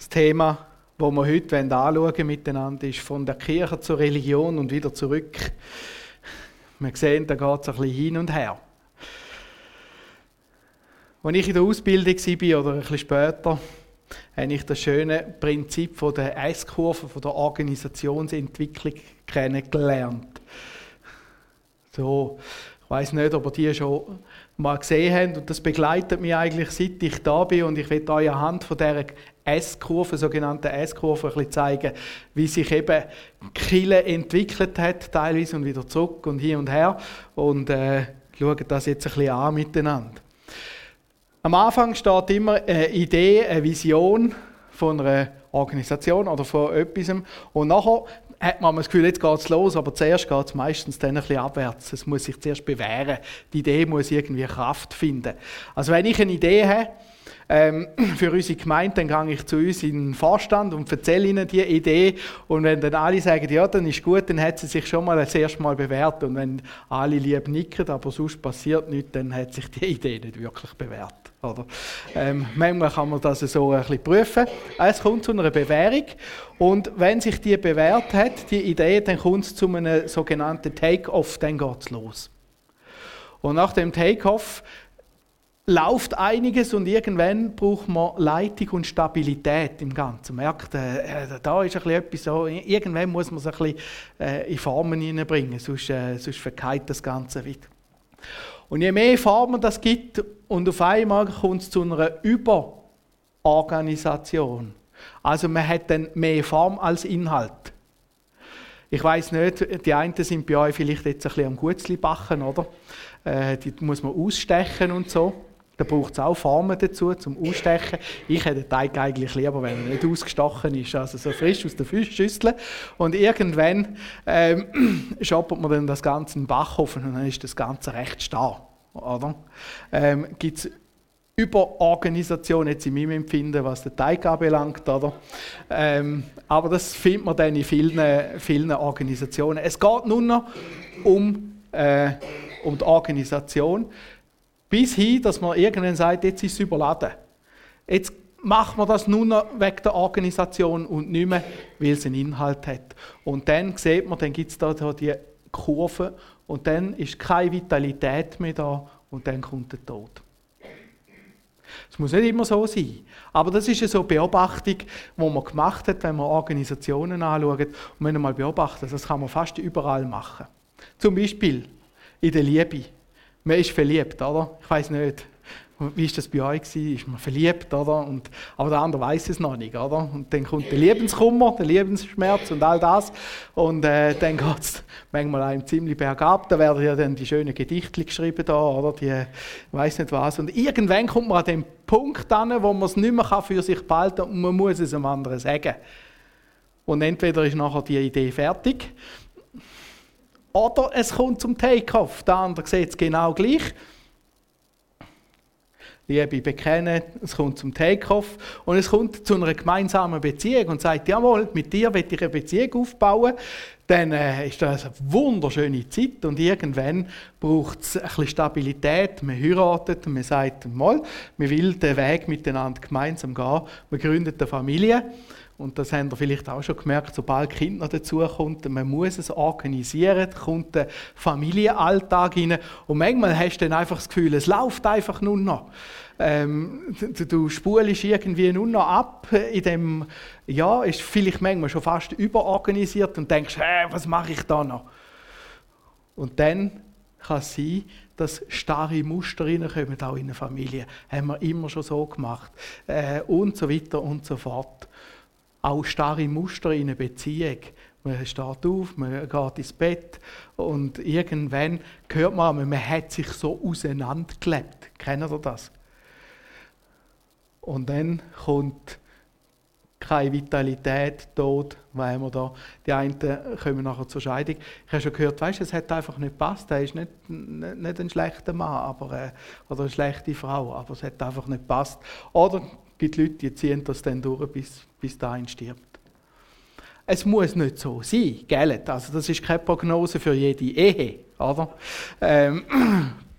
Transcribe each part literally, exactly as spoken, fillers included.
Das Thema, das wir heute anschauen miteinander, ist von der Kirche zur Religion und wieder zurück. Wir sehen, da geht es ein bisschen hin und her. Als ich in der Ausbildung war, oder ein bisschen später, habe ich das schöne Prinzip von der S-Kurve, von der Organisationsentwicklung kennengelernt. So, ich weiss nicht, ob ihr die schon mal gesehen habt, und das begleitet mich eigentlich, seit ich da bin, und ich will euch anhand von dieser S-Kurve, sogenannten S-Kurve, ein bisschen zeigen, wie sich eben die Kirche entwickelt hat, teilweise und wieder zurück und hin und her, und äh, schauen das jetzt ein bisschen an miteinander. Am Anfang steht immer eine Idee, eine Vision von einer Organisation oder von etwas, und nachher hat man das Gefühl, jetzt geht es los, aber zuerst geht es meistens dann ein bisschen abwärts. Es muss sich zuerst bewähren. Die Idee muss irgendwie Kraft finden. Also wenn ich eine Idee habe ähm, für unsere Gemeinde, dann gehe ich zu uns in den Vorstand und erzähle ihnen die Idee. Und wenn dann alle sagen, ja, dann ist gut, dann hat sie sich schon mal das erste Mal bewährt. Und wenn alle lieb nicken, aber sonst passiert nichts, dann hat sich die Idee nicht wirklich bewährt. Oder? Ähm, manchmal kann man das so ein bisschen prüfen. Es kommt zu einer Bewährung, und wenn sich die bewährt hat, die Idee, dann kommt es zu einem sogenannten Take-off, dann geht es los. Und nach dem Take-off läuft einiges, und irgendwann braucht man Leitung und Stabilität im Ganzen. Man merkt, äh, da ist ein bisschen etwas so, irgendwann muss man es ein bisschen äh, in Formen hineinbringen, sonst, äh, sonst verkeilt das Ganze wieder. Und je mehr Formen das gibt, und auf einmal kommt es zu einer Überorganisation. Also man hat dann mehr Form als Inhalt. Ich weiss nicht, die einen sind bei euch vielleicht jetzt ein bisschen am Gutzli backen, oder? Äh, die muss man ausstechen und so. Da braucht es auch Formen dazu, zum Ausstechen. Ich hätte den Teig eigentlich lieber, wenn er nicht ausgestochen ist, also so frisch aus der Schüssel. Und irgendwann ähm, schoppert man dann das Ganze in den Backofen, und dann ist das Ganze recht starr. Oder? Ähm, gibt es Überorganisation jetzt in meinem Empfinden, was den Teig anbelangt, oder? Ähm, aber das findet man dann in vielen, vielen Organisationen. Es geht nur noch um, äh, um die Organisation, bis hin, dass man irgendwann sagt, jetzt ist es überladen. Jetzt macht man das nur noch wegen der Organisation und nicht mehr, weil es einen Inhalt hat. Und dann sieht man, dann gibt es da, da die Kurve, und dann ist keine Vitalität mehr da, und dann kommt der Tod. Es muss nicht immer so sein, aber das ist eine so Beobachtung, die man gemacht hat, wenn man Organisationen anschaut. Und wenn man mal beobachtet, das kann man fast überall machen. Zum Beispiel in der Liebe. Man ist verliebt, oder? Ich weiss nicht, wie war das bei euch gewesen? Ist man verliebt, oder? Und, aber der andere weiss es noch nicht, oder? Und dann kommt der Lebenskummer, der Lebensschmerz und all das. Und äh, dann geht es manchmal einem ziemlich bergab. Da werden ja dann die schönen Gedichte geschrieben, da, oder? Die, ich weiss nicht was. Und irgendwann kommt man an den Punkt an, wo man es nicht mehr für sich behalten kann, und man muss es einem anderen sagen. Und entweder ist nachher die Idee fertig, oder es kommt zum Take-off. Der andere sieht es genau gleich. Liebe bekennen, es kommt zum Take-off, und es kommt zu einer gemeinsamen Beziehung und sagt, jawohl, mit dir will ich eine Beziehung aufbauen. Dann äh, ist das eine wunderschöne Zeit, und irgendwann braucht es ein bisschen Stabilität. Man heiratet und man sagt, mal, man will den Weg miteinander gemeinsam gehen. Man gründet eine Familie. Und das habt ihr vielleicht auch schon gemerkt, sobald Kind noch dazukommt, man muss es organisieren, kommt der Familienalltag rein. Und manchmal hast du dann einfach das Gefühl, es läuft einfach nur noch. Ähm, du, du spulst irgendwie nur noch ab in dem, ja, ist vielleicht manchmal schon fast überorganisiert, und denkst, hey, was mache ich da noch? Und dann kann es sein, dass starre Muster reinkommen, auch in eine Familie. Haben wir immer schon so gemacht. Äh, und so weiter und so fort. Auch starre Muster in einer Beziehung. Man steht auf, man geht ins Bett, und irgendwann hört man, man hat sich so auseinandergelebt. Kennt ihr das? Und dann kommt keine Vitalität, Tod, was haben wir da? Die einen kommen nachher zur Scheidung. Ich habe schon gehört, weißt, es hat einfach nicht gepasst. Er ist nicht, nicht, nicht ein schlechter Mann, aber, äh, oder eine schlechte Frau, aber es hat einfach nicht gepasst. Oder es gibt Leute, die ziehen das dann durch, bis, bis der eine stirbt. Es muss nicht so sein, gell? Also das ist keine Prognose für jede Ehe, oder? Ähm,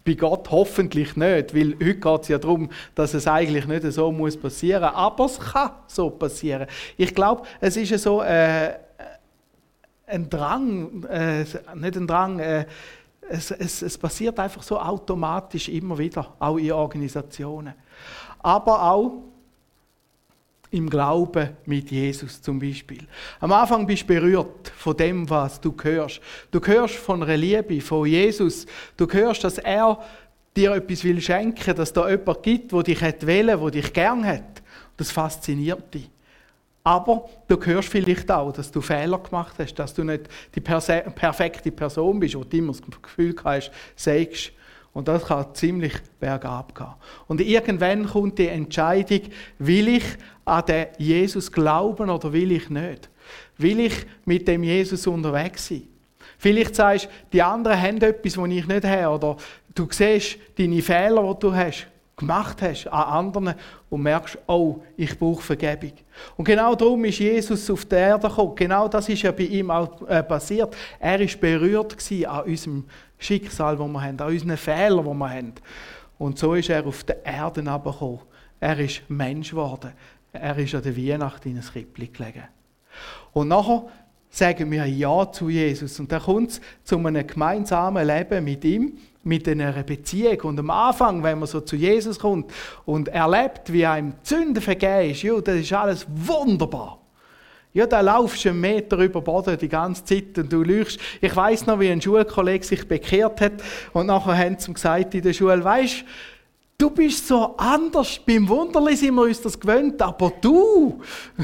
Bei Gott hoffentlich nicht, weil heute geht es ja darum, dass es eigentlich nicht so muss passieren muss. Aber es kann so passieren. Ich glaube, es ist ja so äh, ein Drang, äh, nicht ein Drang, äh, es, es, es passiert einfach so automatisch immer wieder, auch in Organisationen. Aber auch im Glauben mit Jesus zum Beispiel. Am Anfang bist du berührt von dem, was du hörst. Du hörst von einer Liebe, von Jesus. Du hörst, dass er dir etwas will schenken, dass da jemand gibt, der dich will, der dich gern hat. Das fasziniert dich. Aber du hörst vielleicht auch, dass du Fehler gemacht hast, dass du nicht die perse- perfekte Person bist, wo du immer das Gefühl hast, sagst. Und das kann ziemlich bergab gehen. Und irgendwann kommt die Entscheidung, will ich an den Jesus glauben oder will ich nicht? Will ich mit dem Jesus unterwegs sein? Vielleicht sagst du, die anderen haben etwas, das ich nicht habe. Oder du siehst deine Fehler, die du hast, gemacht hast an anderen und merkst, oh, ich brauche Vergebung. Und genau darum ist Jesus auf die Erde gekommen. Genau das ist ja bei ihm auch äh, passiert. Er war berührt an unserem Schicksal, das wir haben, an unseren Fehlern, die wir haben. Und so ist er auf die Erde herabgekommen. Er ist Mensch geworden. Er ist an der Weihnacht in ein Krippli gelegen. Und nachher sagen wir Ja zu Jesus. Und dann kommt es zu einem gemeinsamen Leben mit ihm, mit einer Beziehung. Und am Anfang, wenn man so zu Jesus kommt und erlebt, wie einem die Sünde vergeben ist, ja, das ist alles wunderbar. Ja, da laufst du einen Meter über Boden die ganze Zeit und du lügst. Ich weiss noch, wie ein Schulkollege sich bekehrt hat und nachher haben sie ihm gesagt in der Schule, weisst du bist so anders. Beim Wunderli sind wir uns das gewöhnt, aber du...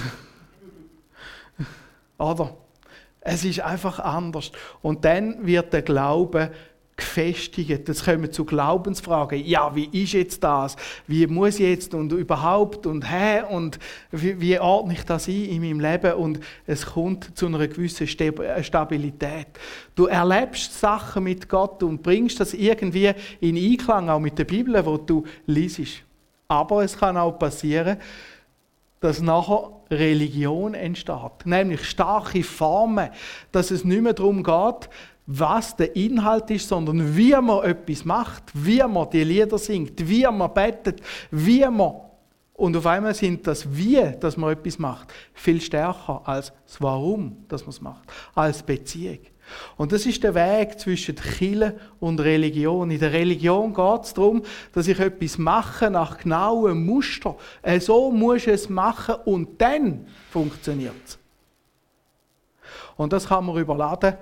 Oder? Es ist einfach anders. Und dann wird der Glaube gefestigt. Es kommen zu Glaubensfragen. Ja, wie ist jetzt das? Wie muss ich jetzt und überhaupt und hä? Und wie, wie ordne ich das ein in meinem Leben? Und es kommt zu einer gewissen Stabilität. Du erlebst Sachen mit Gott und bringst das irgendwie in Einklang, auch mit der Bibel, wo du liest. Aber es kann auch passieren, dass nachher Religion entsteht. Nämlich starke Formen, dass es nicht mehr darum geht, was der Inhalt ist, sondern wie man etwas macht, wie man die Lieder singt, wie man betet, wie man. Und auf einmal sind das Wie, dass man etwas macht, viel stärker als das Warum, dass man es macht, als Beziehung. Und das ist der Weg zwischen Kirche und Religion. In der Religion geht es darum, dass ich etwas mache nach genauem Muster. So muss ich es machen und dann funktioniert es. Und das kann man überladen,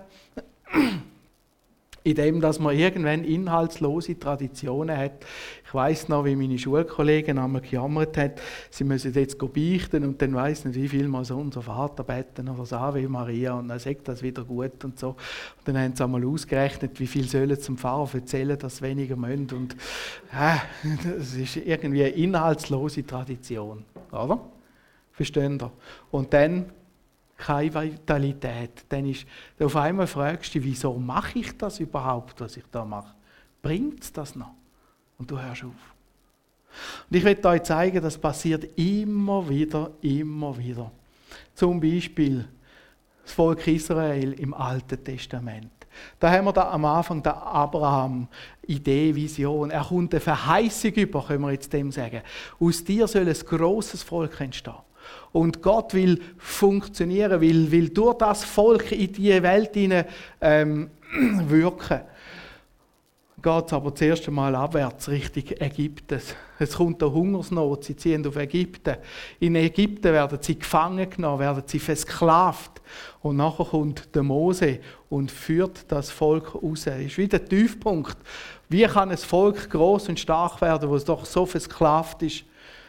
indem dass man irgendwann inhaltslose Traditionen hat. Ich weiss noch, wie meine Schulkollegen einmal gejammert haben, sie müssen jetzt beichten und dann weiss nicht, wie viel mal so unser Vater beten oder so Ave Maria und dann sagt das wieder gut und so. Und dann haben sie einmal ausgerechnet, wie viel sollen zum Pfarrer erzählen, dass sie weniger müssen. Und äh, das ist irgendwie eine inhaltslose Tradition, oder? Verstehen Sie? Und dann keine Vitalität. Dann ist, auf einmal fragst du dich, wieso mache ich das überhaupt, was ich da mache? Bringt es das noch? Und du hörst auf. Und ich möchte euch zeigen, das passiert immer wieder, immer wieder. Zum Beispiel das Volk Israel im Alten Testament. Da haben wir da am Anfang der Abraham, Idee, Vision. Er kommt eine Verheißung über, können wir jetzt dem sagen. Aus dir soll ein grosses Volk entstehen. Und Gott will funktionieren, will, will durch das Volk in diese Welt hinein ähm, wirken. Geht es aber zuerst einmal abwärts Richtung Ägypten. Es kommt eine Hungersnot, sie ziehen auf Ägypten. In Ägypten werden sie gefangen genommen, werden sie versklavt. Und nachher kommt der Mose und führt das Volk raus. Das ist wie der Tiefpunkt. Wie kann ein Volk groß und stark werden, wo es doch so versklavt ist?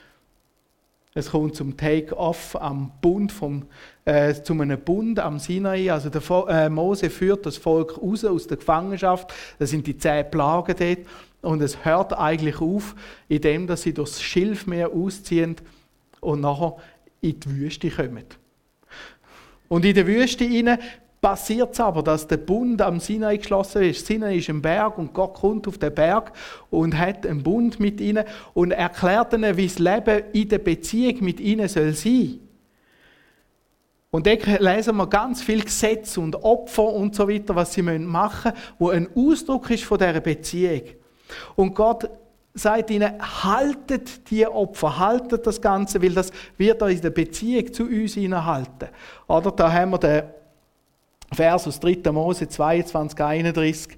Es kommt zum Take-off am Bund vom, äh, zu einem Bund am Sinai. Also der äh, Mose führt das Volk raus aus der Gefangenschaft. Das sind die zehn Plagen dort. Und es hört eigentlich auf, indem dass sie durchs Schilfmeer ausziehen und nachher in die Wüste kommen. Und in der Wüste hinein passiert es aber, dass der Bund am Sinai geschlossen ist. Sinai ist ein Berg und Gott kommt auf den Berg und hat einen Bund mit ihnen und erklärt ihnen, wie das Leben in der Beziehung mit ihnen soll sein. Und da lesen wir ganz viele Gesetze und Opfer und so weiter, was sie machen müssen, wo ein Ausdruck ist von dieser Beziehung. Und Gott sagt ihnen, haltet die Opfer, haltet das Ganze, weil das wird euch in der Beziehung zu uns hineinhalten. Oder da haben wir den Vers aus dritter Mose zweiundzwanzig, einunddreißig.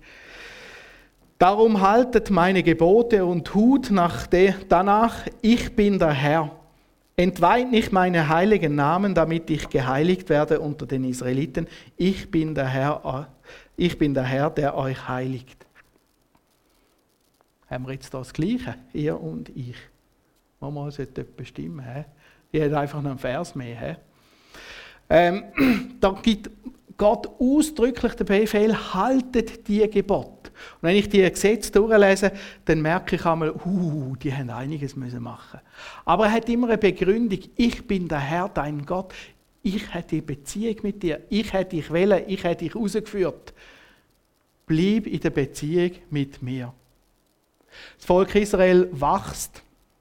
Darum haltet meine Gebote und tut nach de, danach, ich bin der Herr. Entweiht nicht meine heiligen Namen, damit ich geheiligt werde unter den Israeliten. Ich bin der Herr, ich bin der Herr, der euch heiligt. Haben wir jetzt das Gleiche, ihr und ich? Mama sollte jemand bestimmen. He? Ich hätte einfach noch einen Vers mehr. He? Ähm, da gibt Gott ausdrücklich den Befehl, haltet die Gebote. Und wenn ich die Gesetze durchlese, dann merke ich einmal, uh, die haben einiges müssen machen. Aber er hat immer eine Begründung. Ich bin der Herr, dein Gott. Ich hätte die Beziehung mit dir. Ich hätte dich wählen. Ich hätte dich rausgeführt. Bleib in der Beziehung mit mir. Das Volk Israel wächst.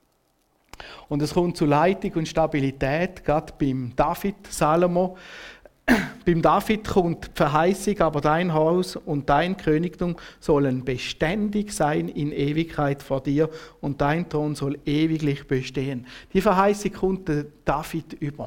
Und es kommt zu Leitung und Stabilität, gerade beim David, Salomo. Beim David kommt die Verheißung, aber dein Haus und dein Königtum sollen beständig sein in Ewigkeit vor dir und dein Thron soll ewiglich bestehen. Die Verheißung kommt der David über.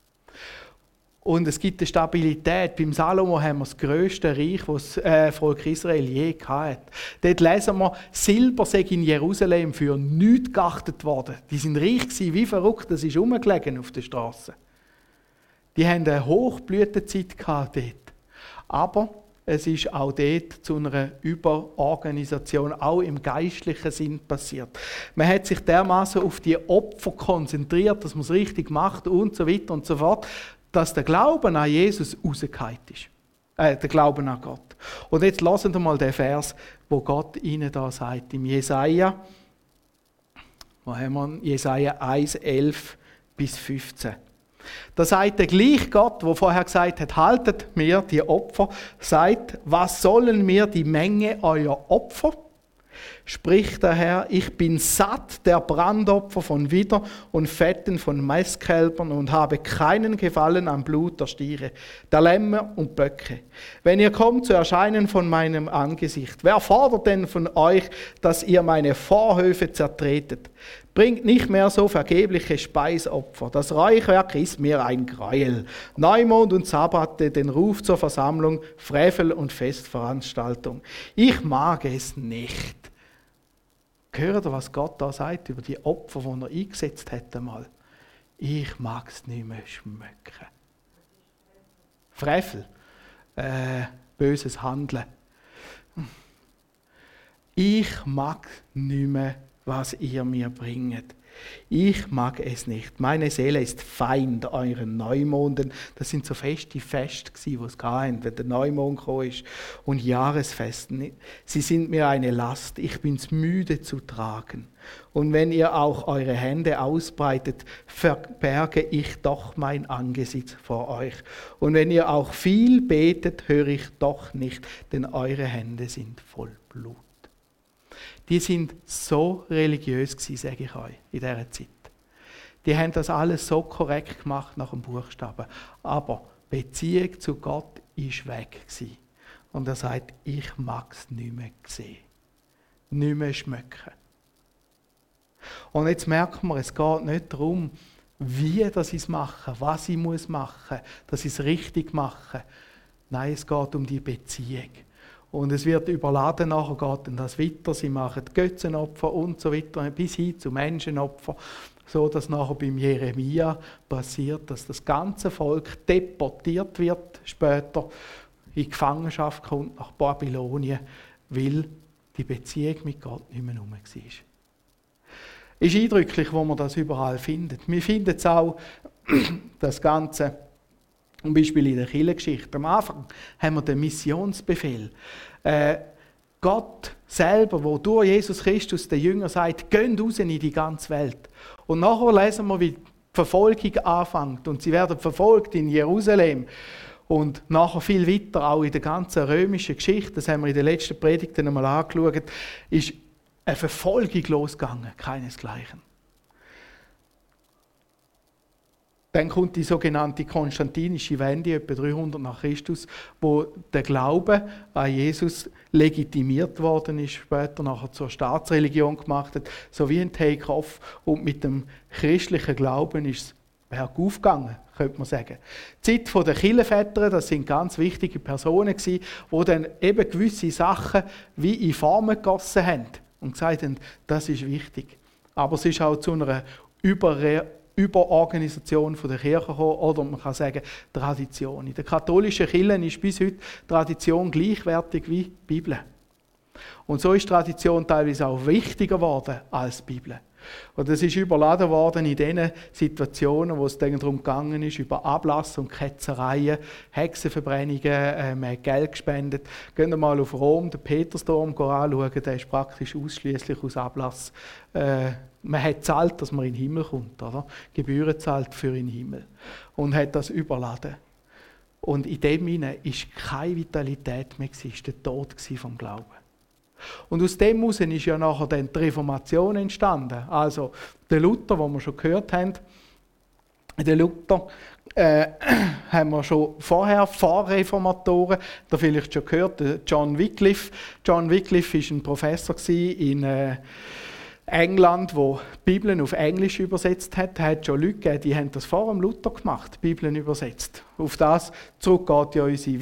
Und es gibt eine Stabilität. Beim Salomo haben wir das grösste Reich, das das äh, Volk Israel je hatte. Dort lesen wir, Silber sei in Jerusalem für nichts geachtet worden. Die sind reich gewesen, wie verrückt, das ist rumgelegen auf der Straße. Die haben eine Hochblütezeit gehabt dort. Aber es ist auch dort zu einer Überorganisation, auch im geistlichen Sinn passiert. Man hat sich dermaßen auf die Opfer konzentriert, dass man es richtig macht und so weiter und so fort, dass der Glauben an Jesus rausgefallen ist. Äh, der Glauben an Gott. Und jetzt hören wir mal den Vers, wo Gott ihnen da sagt, im Jesaja, wo haben wir ihn? Jesaja eins, elf bis fünfzehn. Da sagt der gleiche Gott, der vorher gesagt hat, haltet mir die Opfer, sagt, was sollen mir die Menge euer Opfer? Spricht der Herr, ich bin satt der Brandopfer von Widder und Fetten von Messkälbern und habe keinen Gefallen am Blut der Stiere, der Lämmer und Böcke. Wenn ihr kommt zu erscheinen von meinem Angesicht, wer fordert denn von euch, dass ihr meine Vorhöfe zertretet? Bringt nicht mehr so vergebliche Speisopfer. Das Räuchwerk ist mir ein Gräuel. Neumond und Sabbate, den Ruf zur Versammlung, Frevel und Festveranstaltung. Ich mag es nicht. Hört ihr, was Gott da sagt über die Opfer, die er eingesetzt hat einmal? Ich mag es nicht mehr schmecken. Frevel, äh, böses Handeln. Ich mag nicht mehr, was ihr mir bringt. Ich mag es nicht. Meine Seele ist Feind euren Neumonden. Das sind so feste Feste, die es hatten, wenn der Neumond kam ist. Und Jahresfesten. Sie sind mir eine Last. Ich bin's müde zu tragen. Und wenn ihr auch eure Hände ausbreitet, verberge ich doch mein Angesicht vor euch. Und wenn ihr auch viel betet, höre ich doch nicht, denn eure Hände sind voll Blut. Die sind so religiös gewesen, sage ich euch, in dieser Zeit. Die haben das alles so korrekt gemacht nach dem Buchstaben. Aber Beziehung zu Gott ist weg gewesen. Und er sagt, ich mag es nicht mehr sehen. Nicht mehr schmecken. Und jetzt merkt man, es geht nicht darum, wie das ich es mache, was ich muss machen, dass ich es richtig mache. Nein, es geht um die Beziehung. Und es wird überladen, nachher geht dann das weiter, sie machen Götzenopfer und so weiter, bis hin zu Menschenopfer, so dass nachher beim Jeremia passiert, dass das ganze Volk deportiert wird, später in Gefangenschaft kommt nach Babylonien, weil die Beziehung mit Gott nicht mehr rum war. Ist eindrücklich, wo man das überall findet. Wir finden es auch, das Ganze, zum Beispiel in der Kirchengeschichte. Am Anfang haben wir den Missionsbefehl. Äh, Gott selber, wo durch Jesus Christus den Jüngern sagt, geht raus in die ganze Welt. Und nachher lesen wir, wie die Verfolgung anfängt. Und sie werden verfolgt in Jerusalem. Und nachher viel weiter, auch in der ganzen römischen Geschichte, das haben wir in den letzten Predigten einmal angeschaut, ist eine Verfolgung losgegangen, keinesgleichen. Dann kommt die sogenannte konstantinische Wende, etwa dreihundert nach Christus, wo der Glaube an Jesus legitimiert worden ist, später nachher zur Staatsreligion gemacht hat, so wie ein Take-off. Und mit dem christlichen Glauben ist es bergauf gegangen, könnte man sagen. Die Zeit der Kirchenväter, das sind ganz wichtige Personen gewesen, die dann eben gewisse Sachen wie in Formen gegossen haben und gesagt haben, das ist wichtig. Aber es ist auch zu einer Überre Überorganisation von der Kirche gekommen, oder man kann sagen Tradition. In der katholischen Kirche ist bis heute Tradition gleichwertig wie die Bibel. Und so ist Tradition teilweise auch wichtiger geworden als die Bibel. Und das ist überladen worden in den Situationen, wo es dann darum gegangen ist, über Ablass und Ketzereien, Hexenverbrennungen, äh, man hat Geld gespendet. Gehen wir mal auf Rom, den Petersdom anschauen, der ist praktisch ausschließlich aus Ablass. Äh, man hat gezahlt, dass man in den Himmel kommt, oder? Gebühren zahlt für den Himmel. Und hat das überladen. Und in dem hinein war keine Vitalität mehr, es war der Tod vom Glauben. Und aus dem heraus ist ja nachher dann die Reformation entstanden. Also der Luther, den wir schon gehört haben, der Luther äh, haben wir schon vorher Vorreformatoren, da vielleicht schon gehört, John Wycliffe. John Wycliffe war ein Professor in äh, England, der Bibeln auf Englisch übersetzt hat. Es hat schon Leute gegeben, die haben das vor dem Luther gemacht, Bibeln übersetzt. Auf das zurückgeht ja unsere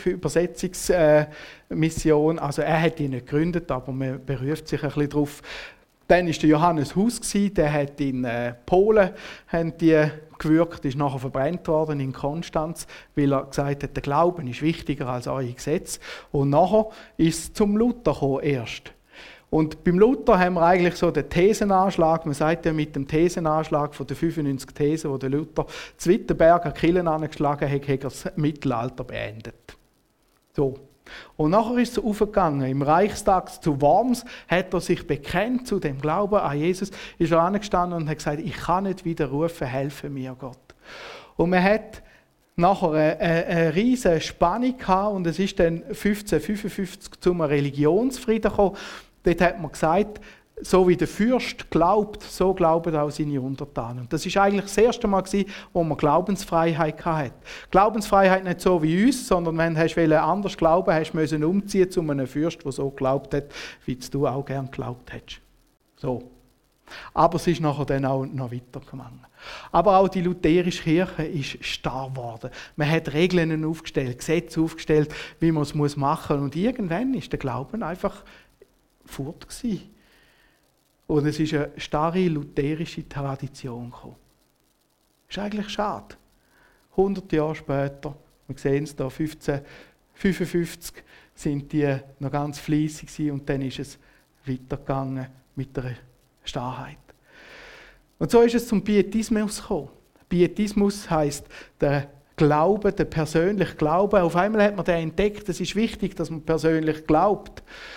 Wycliffe-Übersetzungsmission. Also er hat die nicht gegründet, aber man beruft sich ein bisschen darauf. Dann war der Johannes Hus, der hat in äh, Polen haben die gewirkt, ist nachher verbrannt worden in Konstanz, weil er gesagt hat, der Glauben ist wichtiger als eure Gesetze. Und nachher ist es zum Luther gekommen erst. Und beim Luther haben wir eigentlich so den Thesenanschlag, man sagt ja mit dem Thesenanschlag von den fünfundneunzig Thesen, wo der Luther zu Wittenberg an Kirchen angeschlagen hat, hat er das Mittelalter beendet. So. Und nachher ist es aufgegangen. Im Reichstag zu Worms hat er sich bekennt zu dem Glauben an Jesus, ist er angestanden und hat gesagt, ich kann nicht widerrufen, helfe mir Gott. Und man hat nachher eine, eine, eine riesige Spannung gehabt und es ist dann fünfzehnhundertfünfundfünfzig zum Religionsfrieden gekommen. Dort hat man gesagt, so wie der Fürst glaubt, so glauben auch seine Untertanen. Und das war eigentlich das erste Mal, wo man Glaubensfreiheit hatte. Glaubensfreiheit nicht so wie uns, sondern wenn du anders glauben hast, musst du umziehen zu einem Fürst, der so geglaubt hat, wie du auch gern geglaubt hättest. So. Aber es ist nachher dann auch noch weitergegangen. Aber auch die lutherische Kirche ist starr geworden. Man hat Regeln aufgestellt, Gesetze aufgestellt, wie man es machen muss. Und irgendwann ist der Glauben einfach fort gewesen. Und es ist eine starre lutherische Tradition gekommen. Das ist eigentlich schade. hundert Jahre später, wir sehen es hier, fünfzehnhundertfünfundfünfzig, sind die noch ganz fleissig gewesen und dann ist es weitergegangen mit der Starrheit. Und so ist es zum Pietismus gekommen. Pietismus heisst der Glaube, der persönliche Glaube. Auf einmal hat man den entdeckt, es ist wichtig, dass man persönlich glaubt.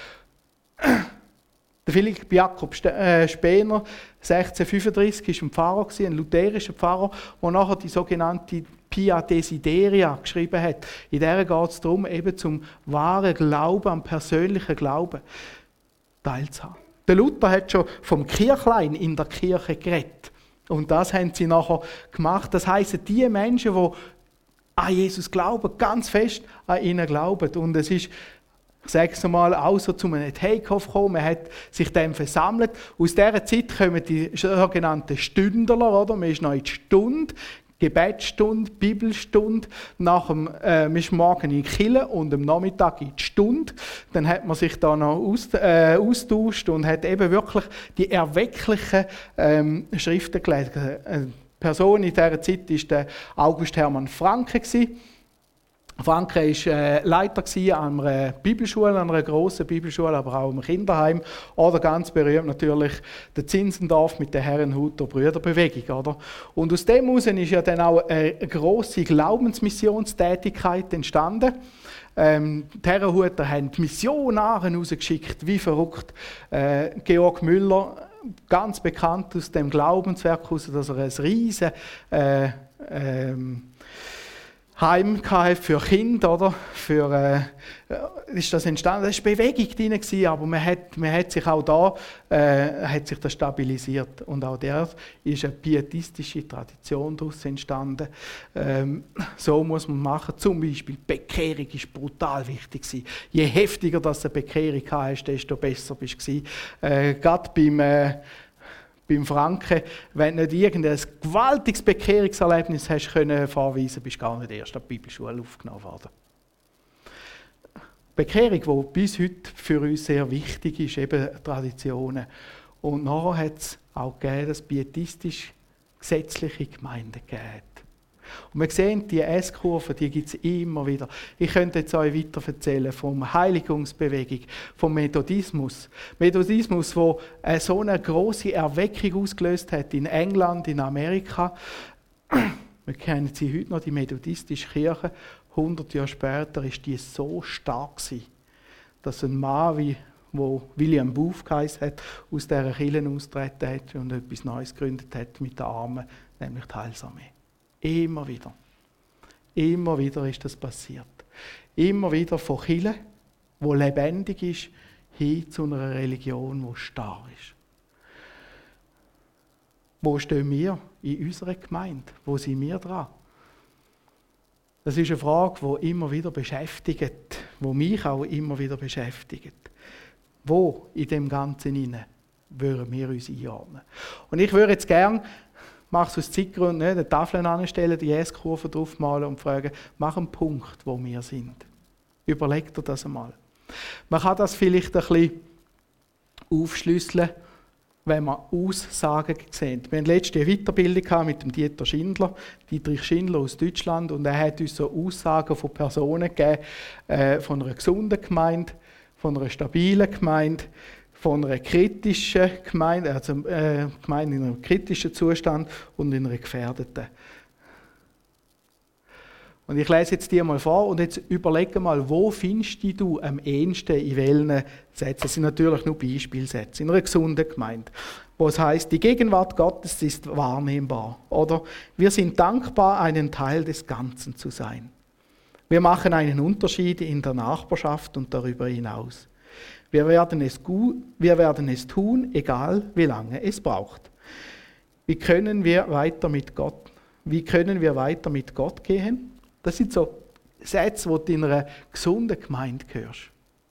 Der Philipp Jakob Spener, sechzehnhundertfünfunddreißig, war ein Pfarrer, ein lutherischer Pfarrer, der nachher die sogenannte Pia Desideria geschrieben hat. In der geht es darum, eben zum wahren Glauben, am persönlichen Glauben teilzuhaben. Der Luther hat schon vom Kirchlein in der Kirche geredet. Und das haben sie nachher gemacht. Das heisst, die Menschen, die an Jesus glauben, ganz fest an ihn glauben. Und es ist, ich sage es einmal, auch so zu einem Take-off gekommen. Man hat sich dem versammelt. Aus dieser Zeit kommen die sogenannten Stündler, oder? Man ist noch in die Stunde, Gebetsstunde, Bibelstunde. Nach dem, äh, man ist morgen in die Kirche und am Nachmittag in die Stunde. Dann hat man sich da noch aus, äh, austauscht und hat eben wirklich die erwecklichen ähm, Schriften gelesen. Eine Person in dieser Zeit war der August Hermann Francke. Francke war äh, Leiter an einer Bibelschule, an einer grossen Bibelschule, aber auch im Kinderheim. Oder ganz berühmt natürlich der Zinzendorf mit der Herrenhuter Brüderbewegung. Oder? Und aus dem heraus ist ja dann auch eine grosse Glaubensmissionstätigkeit entstanden. Ähm, die Herrenhuter haben Missionare rausgeschickt, wie verrückt. Äh, Georg Müller, ganz bekannt aus dem Glaubenswerk, dass er ein riesen äh, ähm, Heim für Kinder, oder? Für, äh, ist das entstanden? Das war Bewegung drin, gewesen, aber man hat, man hat sich auch da äh, hat sich das stabilisiert. Und auch da ist eine pietistische Tradition daraus entstanden. Ähm, so muss man machen. Zum Beispiel, die Bekehrung ist brutal wichtig gewesen. Je heftiger dass du eine Bekehrung hast, desto besser bist du. Äh, gerade beim äh, Beim Franken, wenn du nicht irgendein gewaltiges Bekehrungserlebnis hast können vorweisen, bist du gar nicht erst an die Bibelschule aufgenommen worden. Bekehrung, die bis heute für uns sehr wichtig ist, eben Traditionen. Und nachher hat es auch gegeben, dass pietistisch-gesetzliche Gemeinden gegeben. Und wir sehen, die S-Kurve, die gibt es immer wieder. Ich könnte jetzt euch weiter erzählen vom Heiligungsbewegung, vom Methodismus. Methodismus, wo äh, so eine große Erweckung ausgelöst hat in England, in Amerika. Wir kennen sie heute noch, die methodistische Kirche. hundert Jahre später ist die so stark gewesen, dass ein Mann, wie wo William Booth geheißen hat, aus dieser Kirche austreten hat und etwas Neues gegründet hat mit den Armen, nämlich die Heilsarmee. Immer wieder. Immer wieder ist das passiert. Immer wieder von Kirche, die lebendig ist, hin zu einer Religion, die starr ist. Wo stehen wir in unserer Gemeinde? Wo sind wir dran? Das ist eine Frage, die immer wieder beschäftigt, die mich auch immer wieder beschäftigt. Wo in dem Ganzen hinein würden wir uns einordnen? Und ich würde jetzt gerne, mach es aus Zeitgründen, ne, die Tafeln anstellen, die S-Kurve draufmalen und fragen, mach einen Punkt, wo wir sind. Überleg dir das einmal. Man kann das vielleicht ein bisschen aufschlüsseln, wenn man Aussagen sehen. Wir hatten letzte eine Weiterbildung mit dem Dieter Schindler, Dietrich Schindler aus Deutschland, und er hat uns so Aussagen von Personen gegeben, äh, von einer gesunden Gemeinde, von einer stabilen Gemeinde, von einer kritischen Gemeinde, also äh, Gemeinde in einem kritischen Zustand und in einer gefährdeten. Und ich lese jetzt dir mal vor und jetzt überlege mal, wo findest du am ehesten in welchen Sätzen? Das sind natürlich nur Beispielsätze. In einer gesunden Gemeinde, wo es heisst, die Gegenwart Gottes ist wahrnehmbar. Oder wir sind dankbar, einen Teil des Ganzen zu sein. Wir machen einen Unterschied in der Nachbarschaft und darüber hinaus. Wir werden es gut, wir werden es tun, egal wie lange es braucht. Wie können wir weiter mit Gott, wie können wir weiter mit Gott gehen? Das sind so Sätze, die du in einer gesunden Gemeinde hörst.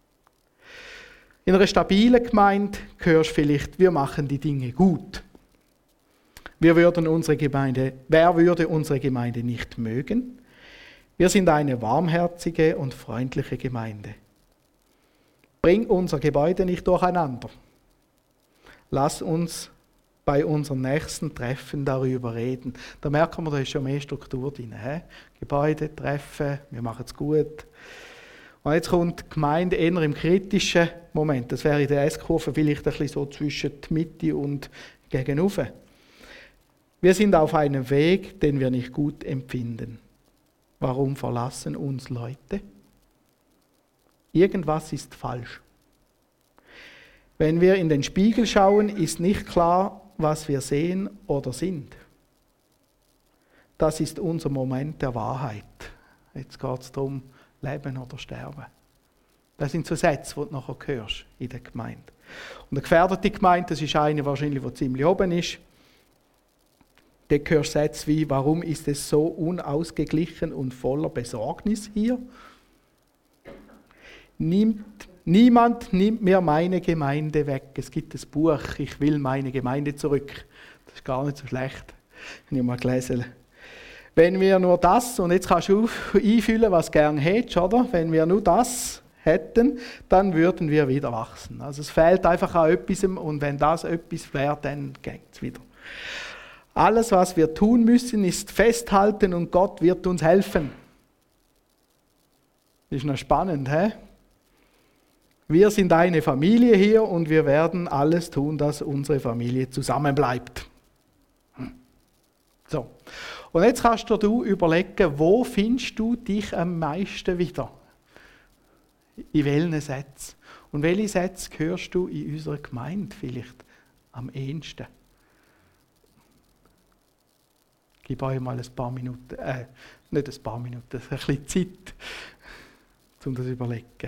In einer stabilen Gemeinde hörst du vielleicht, wir machen die Dinge gut. Wir würden unsere Gemeinde, wer würde unsere Gemeinde nicht mögen? Wir sind eine warmherzige und freundliche Gemeinde. Bring unser Gebäude nicht durcheinander. Lass uns bei unseren nächsten Treffen darüber reden. Da merken wir, da ist schon mehr Struktur drin. He? Gebäude, Treffen, wir machen es gut. Und jetzt kommt die Gemeinde eher im kritischen Moment. Das wäre in der S-Kurve vielleicht ein bisschen so zwischen der Mitte und gegenüber. Wir sind auf einem Weg, den wir nicht gut empfinden. Warum verlassen uns Leute? Irgendwas ist falsch. Wenn wir in den Spiegel schauen, ist nicht klar, was wir sehen oder sind. Das ist unser Moment der Wahrheit. Jetzt geht es darum, leben oder sterben. Das sind so Sätze, die du nachher hörst in der Gemeinde. Und eine gefährdete Gemeinde, das ist eine wahrscheinlich, die ziemlich oben ist. Da hörst du Sätze wie, warum ist es so unausgeglichen und voller Besorgnis hier? Nimmt Niemand nimmt mir meine Gemeinde weg. Es gibt ein Buch, ich will meine Gemeinde zurück. Das ist gar nicht so schlecht. Habe ich mal gelesen. Wenn wir nur das, und jetzt kannst du einfühlen, was du gerne hättest, oder? Wenn wir nur das hätten, dann würden wir wieder wachsen. Also es fehlt einfach an etwas, und wenn das etwas wäre, dann geht es wieder. Alles, was wir tun müssen, ist festhalten und Gott wird uns helfen. Das ist noch spannend, hä? Wir sind eine Familie hier und wir werden alles tun, dass unsere Familie zusammenbleibt. So. Und jetzt kannst du überlegen, wo findest du dich am meisten wieder? In welchen Sätzen? Und welche Sätze hörst du in unserer Gemeinde vielleicht am ehesten? gebe euch mal ein paar Minuten, äh, nicht ein paar Minuten, ein bisschen Zeit, um das zu überlegen.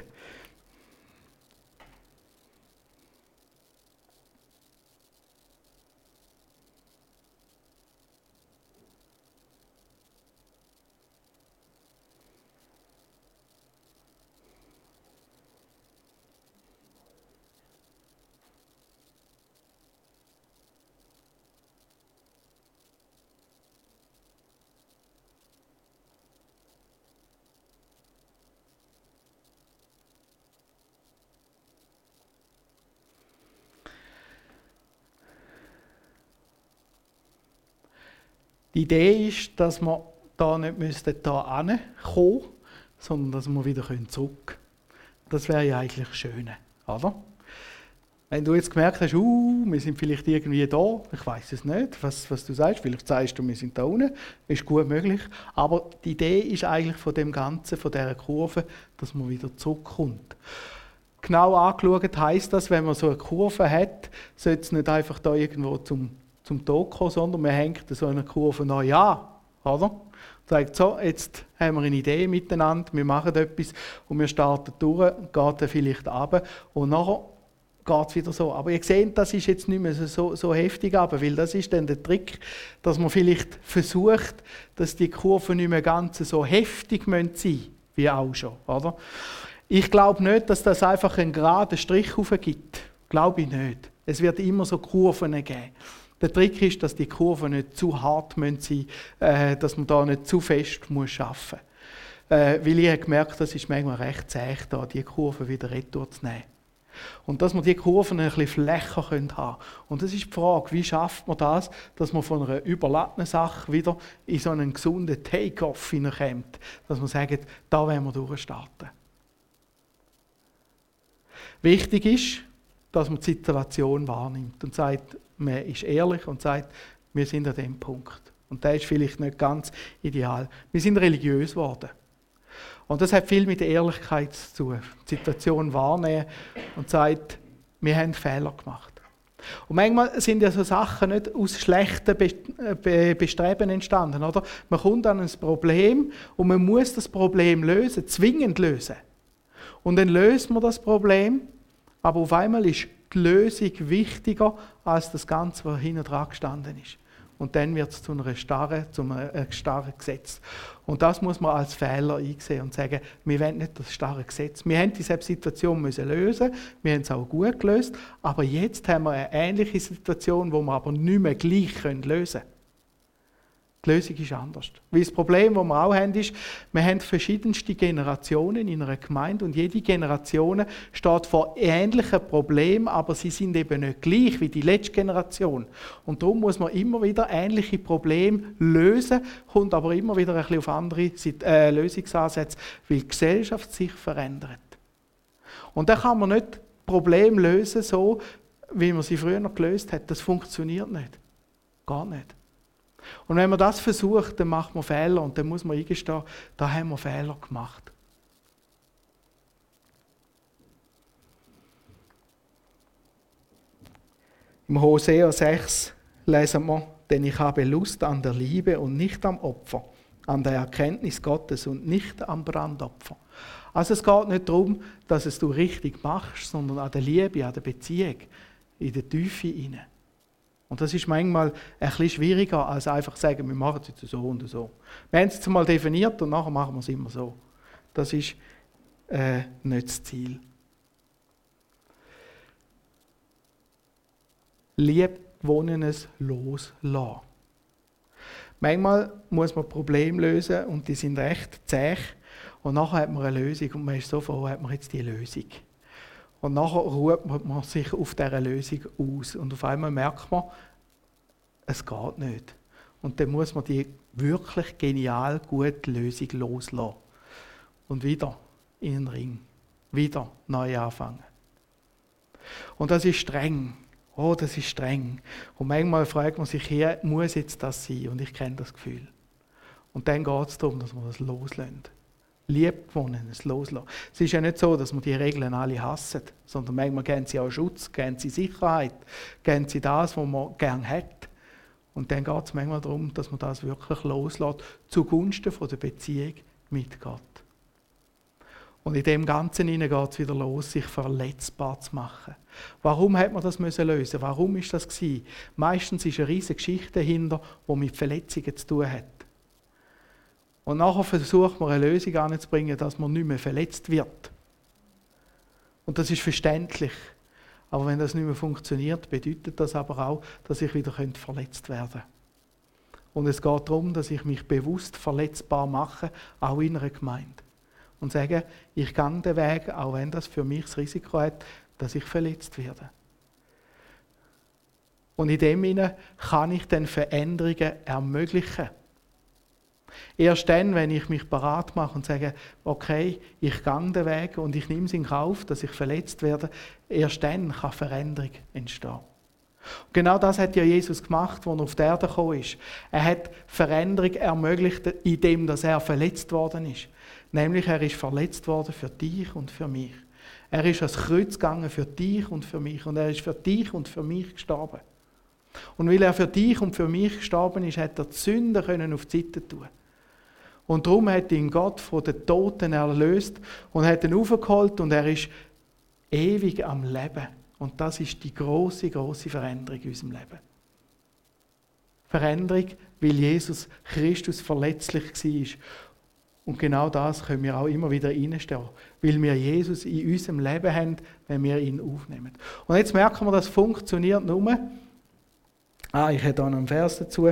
Die Idee ist, dass wir da nicht müssten da hinkommen, sondern dass wir wieder zurück können. Das wäre ja eigentlich das Schöne, oder? Wenn du jetzt gemerkt hast, uh, wir sind vielleicht irgendwie da, ich weiß es nicht, was, was du sagst, vielleicht sagst du, wir sind da unten, ist gut möglich, aber die Idee ist eigentlich von dem Ganzen, von dieser Kurve, dass man wieder zurückkommt. Genau angeschaut heisst das, wenn man so eine Kurve hat, sollte es nicht einfach da irgendwo zum zum Tod kommen, sondern man hängt so eine Kurve neu an, oder? Und sagt so, jetzt haben wir eine Idee miteinander, wir machen etwas und wir starten durch, geht dann vielleicht runter und nachher geht es wieder so. Aber ihr seht, das ist jetzt nicht mehr so, so heftig runter, weil das ist dann der Trick, dass man vielleicht versucht, dass die Kurven nicht mehr ganz so heftig sein müssen, wie auch schon, oder? Ich glaube nicht, dass das einfach einen geraden Strich gibt. Glaube ich nicht. Es wird immer so Kurven geben. Der Trick ist, dass die Kurven nicht zu hart sein müssen, äh, dass man da nicht zu fest muss arbeiten muss. Äh, weil ich habe gemerkt, das ist manchmal recht zäh, da die Kurven wieder retour zu nehmen. Und dass wir die Kurven ein bisschen flächer haben können. Und das ist die Frage, wie schafft man das, dass man von einer überladenen Sache wieder in so einen gesunden Take-off hineinkommt. Dass man sagt, da wollen wir durchstarten. Wichtig ist, dass man die Situation wahrnimmt und sagt, man ist ehrlich und sagt, wir sind an dem Punkt. Und das ist vielleicht nicht ganz ideal. Wir sind religiös geworden. Und das hat viel mit der Ehrlichkeit zu tun. Die Situation wahrnehmen und sagt, wir haben Fehler gemacht. Und manchmal sind ja so Sachen nicht aus schlechten Bestreben entstanden. Oder? Man kommt an ein Problem und man muss das Problem lösen, zwingend lösen. Und dann löst man das Problem, aber auf einmal ist die Lösung wichtiger als das Ganze, was hinten dran gestanden ist. Und dann wird es zu einer starren, zu einem starren Gesetz. Und das muss man als Fehler einsehen und sagen, wir wollen nicht das starre Gesetz. Wir haben diese Situation müssen lösen, wir haben es auch gut gelöst, aber jetzt haben wir eine ähnliche Situation, die wir aber nicht mehr gleich lösen können. Die Lösung ist anders. Weil das Problem, das wir auch haben, ist, wir haben verschiedenste Generationen in einer Gemeinde und jede Generation steht vor ähnlichen Problemen, aber sie sind eben nicht gleich wie die letzte Generation. Und darum muss man immer wieder ähnliche Probleme lösen, kommt aber immer wieder ein bisschen auf andere äh, Lösungsansätze, weil die Gesellschaft sich verändert. Und dann kann man nicht Probleme lösen, so wie man sie früher noch gelöst hat. Das funktioniert nicht. Gar nicht. Und wenn man das versucht, dann macht man Fehler und dann muss man eingestehen, da haben wir Fehler gemacht. Im Hosea sechs lesen wir, denn ich habe Lust an der Liebe und nicht am Opfer, an der Erkenntnis Gottes und nicht am Brandopfer. Also es geht nicht darum, dass es du richtig machst, sondern an der Liebe, an der Beziehung, in der Tiefe hinein. Und das ist manchmal ein bisschen schwieriger, als einfach zu sagen, wir machen es jetzt so und so. Wir haben es jetzt mal definiert und nachher machen wir es immer so. Das ist äh, nicht das Ziel. Liebgewonnenes loslassen. Manchmal muss man Probleme lösen und die sind recht zäh. Und nachher hat man eine Lösung und man ist so froh, hat man jetzt die Lösung. Und nachher ruht man sich auf dieser Lösung aus. Und auf einmal merkt man, es geht nicht. Und dann muss man die wirklich genial gute Lösung loslassen. Und wieder in den Ring. Wieder neu anfangen. Und das ist streng. Oh, das ist streng. Und manchmal fragt man sich hier, muss jetzt das sein? Und ich kenne das Gefühl. Und dann geht es darum, dass man das loslässt. Liebgewonnenes Loslassen. Es ist ja nicht so, dass man die Regeln alle hassen, sondern manchmal geben sie auch Schutz, geben sie Sicherheit, geben sie das, was man gerne hat. Und dann geht es manchmal darum, dass man das wirklich loslässt, zugunsten von der Beziehung mit Gott. Und in dem Ganzen geht es wieder los, sich verletzbar zu machen. Warum hat man das lösen müssen? Warum ist das gewesen? Meistens ist eine riesige Geschichte dahinter, die mit Verletzungen zu tun hat. Und nachher versucht man eine Lösung anzubringen, dass man nicht mehr verletzt wird. Und das ist verständlich. Aber wenn das nicht mehr funktioniert, bedeutet das aber auch, dass ich wieder verletzt werden könnte. Und es geht darum, dass ich mich bewusst verletzbar mache, auch in einer Gemeinde. Und sage, ich gehe den Weg, auch wenn das für mich das Risiko hat, dass ich verletzt werde. Und in dem Sinne kann ich dann Veränderungen ermöglichen. Erst dann, wenn ich mich bereit mache und sage, okay, ich gehe den Weg und ich nehme es in Kauf, dass ich verletzt werde, erst dann kann Veränderung entstehen. Und genau das hat ja Jesus gemacht, als er auf die Erde gekommen ist. Er hat Veränderung ermöglicht, indem er verletzt worden ist. Nämlich, er ist verletzt worden für dich und für mich. Er ist ans Kreuz gegangen für dich und für mich. Und er ist für dich und für mich gestorben. Und weil er für dich und für mich gestorben ist, hat er die Sünden können auf die Seite tun. Und darum hat ihn Gott von den Toten erlöst und hat ihn aufgeholt und er ist ewig am Leben. Und das ist die grosse, grosse Veränderung in unserem Leben. Veränderung, weil Jesus Christus verletzlich war. Und genau das können wir auch immer wieder reinstehen, weil wir Jesus in unserem Leben haben, wenn wir ihn aufnehmen. Und jetzt merken wir, das funktioniert nur. Ah, ich hätte auch noch einen Vers dazu.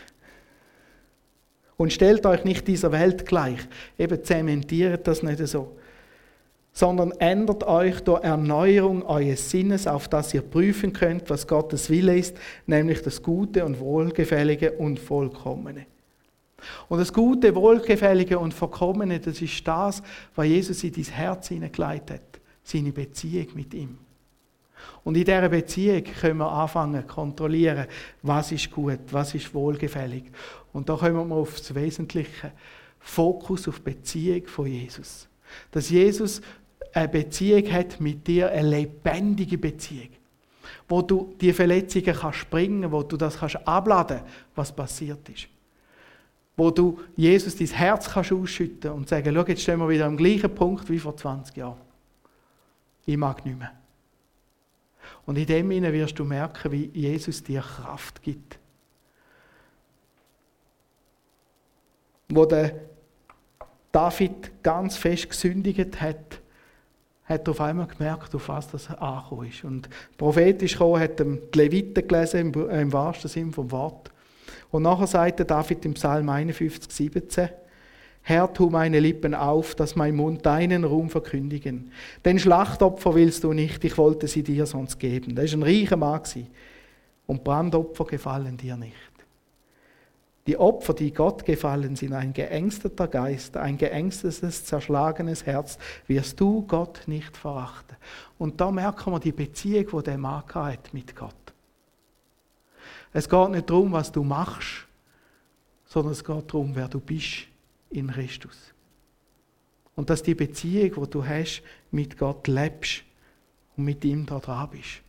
Und stellt euch nicht dieser Welt gleich. Eben zementiert das nicht so. Sondern ändert euch durch Erneuerung eures Sinnes, auf dass ihr prüfen könnt, was Gottes Wille ist, nämlich das Gute und Wohlgefällige und Vollkommene. Und das Gute, Wohlgefällige und Vollkommene, das ist das, was Jesus in dein Herz hineingelegt hat. Seine Beziehung mit ihm. Und in dieser Beziehung können wir anfangen zu kontrollieren, was ist gut, was ist wohlgefällig. Und da kommen wir auf das Wesentliche. Fokus auf die Beziehung von Jesus. Dass Jesus eine Beziehung hat mit dir, eine lebendige Beziehung. Wo du die Verletzungen kannst springen, wo du das kannst abladen, was passiert ist. Wo du Jesus dein Herz kannst ausschütten und sagen, schau, jetzt stehen wir wieder am gleichen Punkt wie vor zwanzig Jahren. Ich mag nicht mehr. Und in dem Sinne wirst du merken, wie Jesus dir Kraft gibt. Wo der David ganz fest gesündigt hat, hat er auf einmal gemerkt, auf was das angekommen ist. Und prophetisch gekommen, hat er die Leviten gelesen, im, im wahrsten Sinn vom Wort. Und nachher sagte David im Psalm einundfünfzig, siebzehn, Herr, tu meine Lippen auf, dass mein Mund deinen Ruhm verkündigen. Denn Schlachtopfer willst du nicht, ich wollte sie dir sonst geben. Das war ein reicher Mann. Und Brandopfer gefallen dir nicht. Die Opfer, die Gott gefallen, sind ein geängsteter Geist, ein geängstetes, zerschlagenes Herz, wirst du Gott nicht verachten. Und da merken wir die Beziehung, die der Mann hat mit Gott. Es geht nicht darum, was du machst, sondern es geht darum, wer du bist in Christus. Und dass die Beziehung, die du hast, mit Gott lebst und mit ihm da dran bist.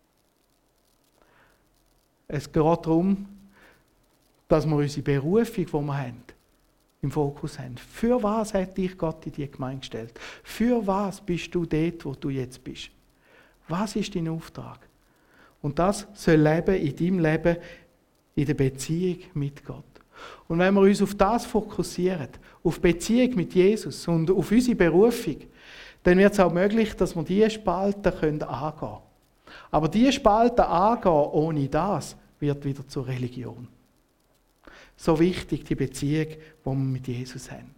Es geht darum, dass wir unsere Berufung, die wir haben, im Fokus haben. Für was hat dich Gott in die Gemeinde gestellt? Für was bist du dort, wo du jetzt bist? Was ist dein Auftrag? Und das soll leben in deinem Leben, in der Beziehung mit Gott. Und wenn wir uns auf das fokussieren, auf die Beziehung mit Jesus und auf unsere Berufung, dann wird es auch möglich, dass wir diese Spalten angehen können. Aber diese Spalten angehen ohne das wird wieder zur Religion. So wichtig die Beziehung, die wir mit Jesus haben.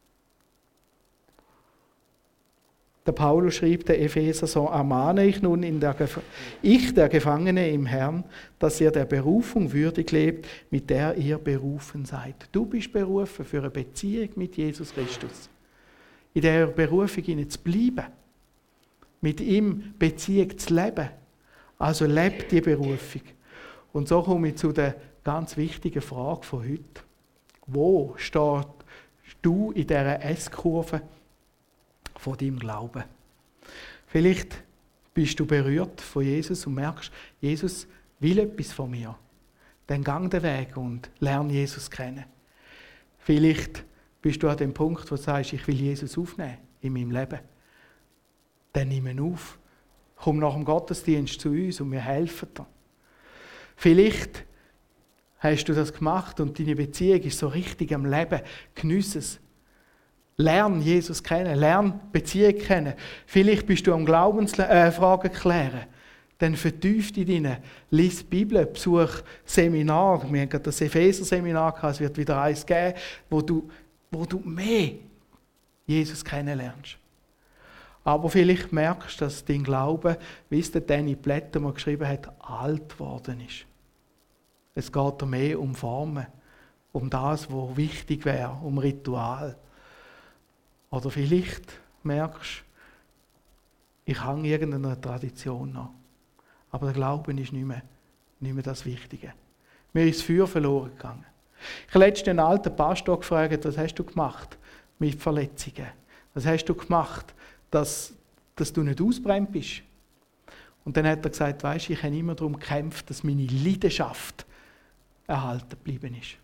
Der Paulus schrieb der Epheser so, ermahne ich nun, in der Gef- ich, der Gefangene im Herrn, dass ihr der Berufung würdig lebt, mit der ihr berufen seid. Du bist berufen für eine Beziehung mit Jesus Christus. In der Berufung hinein zu bleiben. Mit ihm Beziehung zu leben. Also lebt die Berufung. Und so komme ich zu der ganz wichtigen Frage von heute. Wo stehst du in dieser S-Kurve von deinem Glauben? Vielleicht bist du berührt von Jesus und merkst, Jesus will etwas von mir. dann gang den Weg und lerne Jesus kennen. Vielleicht bist du an dem Punkt, wo du sagst, ich will Jesus aufnehmen in meinem Leben. Dann nimm ihn auf. Komm nach dem Gottesdienst zu uns und wir helfen dir. Vielleicht hast du das gemacht und deine Beziehung ist so richtig am Leben. Geniess es. Lern Jesus kennen, lern Beziehung kennen. Vielleicht bist du am Glaubensfragen äh, klären. Dann vertief dich drin. Lies die Bibel, besuch Seminar. Wir haben gerade das Epheser-Seminar gehabt, es wird wieder eins geben, wo du, wo du mehr Jesus kennenlernst. Aber vielleicht merkst du, dass dein Glaube, wie es der Danny Blätter mal geschrieben hat, alt geworden ist. Es geht dir mehr um Formen, um das, was wichtig wäre, um Ritual. Oder vielleicht merkst du, ich hänge irgendeiner Tradition an. Aber der Glauben ist nicht mehr, nicht mehr das Wichtige. Mir ist das Feuer verloren gegangen. Ich habe letztens einen alten Pastor gefragt, was hast du gemacht mit Verletzungen? Was hast du gemacht, dass, dass du nicht ausbrennt bist? Und dann hat er gesagt, weisst du, ich habe immer darum gekämpft, dass meine Leidenschaft erhalten geblieben ist. Ich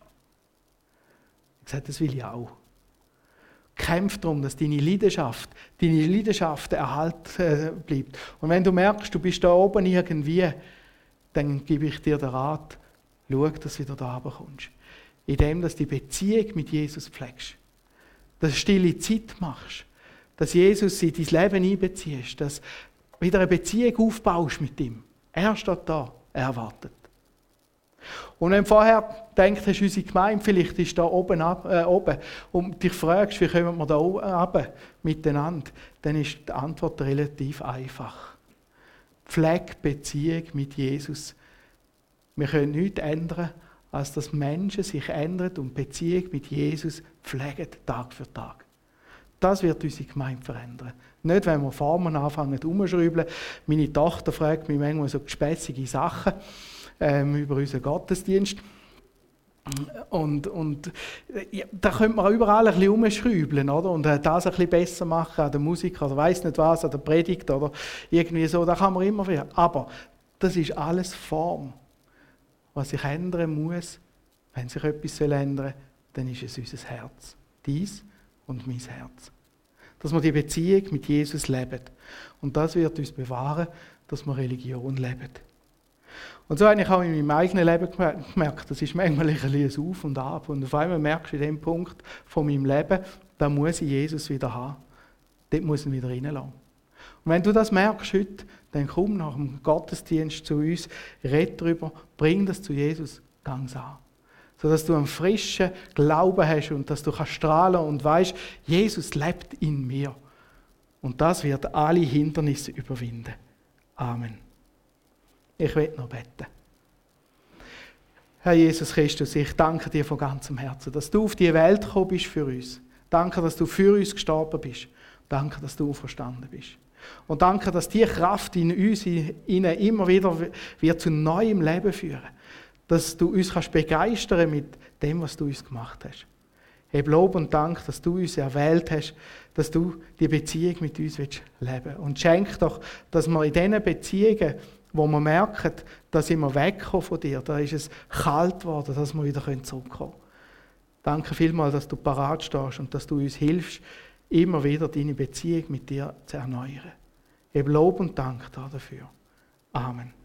habe gesagt, das will ich auch. Kämpf darum, dass deine Leidenschaft, deine Leidenschaft erhalten bleibt. Und wenn du merkst, du bist da oben irgendwie, dann gebe ich dir den Rat, schau, dass du wieder da runterkommst. Indem, dass du die Beziehung mit Jesus pflegst. Dass du stille Zeit machst. Dass Jesus in dein Leben einbeziehst. Dass du wieder eine Beziehung aufbaust mit ihm. Er steht da, er wartet. Und wenn du vorher denkst, hast du unsere Gemeinde, vielleicht ist da oben, ab, äh, oben und dich fragst, wie kommen wir da oben runter miteinander, dann ist die Antwort relativ einfach. Pflege Beziehung mit Jesus. Wir können nichts ändern, als dass Menschen sich ändern und Beziehung mit Jesus pflegen, Tag für Tag. Das wird unsere Gemeinde verändern. Nicht, wenn wir Formen anfangen umzuschrauben. Meine Tochter fragt mich manchmal so gespässige Sachen ähm, über unseren Gottesdienst. Und, und ja, da könnte man auch überall ein bisschen umschrauben, oder? Und das ein bisschen besser machen an der Musik oder weiss nicht was, an der Predigt oder irgendwie so. Da kann man immer wieder. Aber das ist alles Form. Was sich ändern muss, wenn sich etwas ändern soll, dann ist es unser Herz. Dies und mein Herz. Dass wir die Beziehung mit Jesus leben. Und das wird uns bewahren, dass wir Religion leben. Und so habe ich auch in meinem eigenen Leben gemerkt, das ist manchmal ein bisschen ein Auf und Ab. Und auf einmal merkst du in dem Punkt von meinem Leben, da muss ich Jesus wieder haben. Dort muss ich ihn wieder reinlassen. Und wenn du das merkst heute, dann komm nach dem Gottesdienst zu uns, red darüber, bring das zu Jesus, gang's an. Sodass du einen frischen Glauben hast und dass du kannst strahlen und weißt, Jesus lebt in mir. Und das wird alle Hindernisse überwinden. Amen. Ich will noch beten. Herr Jesus Christus, ich danke dir von ganzem Herzen, dass du auf die Welt gekommen bist für uns. Danke, dass du für uns gestorben bist. Danke, dass du auferstanden bist. Und danke, dass die Kraft in uns ihnen immer wieder wird zu neuem Leben führen. Dass du uns kannst begeistern mit dem, was du uns gemacht hast. Heb Lob und Dank, dass du uns erwählt hast, dass du die Beziehung mit uns leben willst. Und schenk doch, dass wir in diesen Beziehungen, wo wir merken, dass sind wir wegkommen von dir, da ist es kalt geworden, dass wir wieder zurückkommen können. Danke vielmals, dass du parat stehst und dass du uns hilfst, immer wieder deine Beziehung mit dir zu erneuern. Heb Lob und Dank dafür. Amen.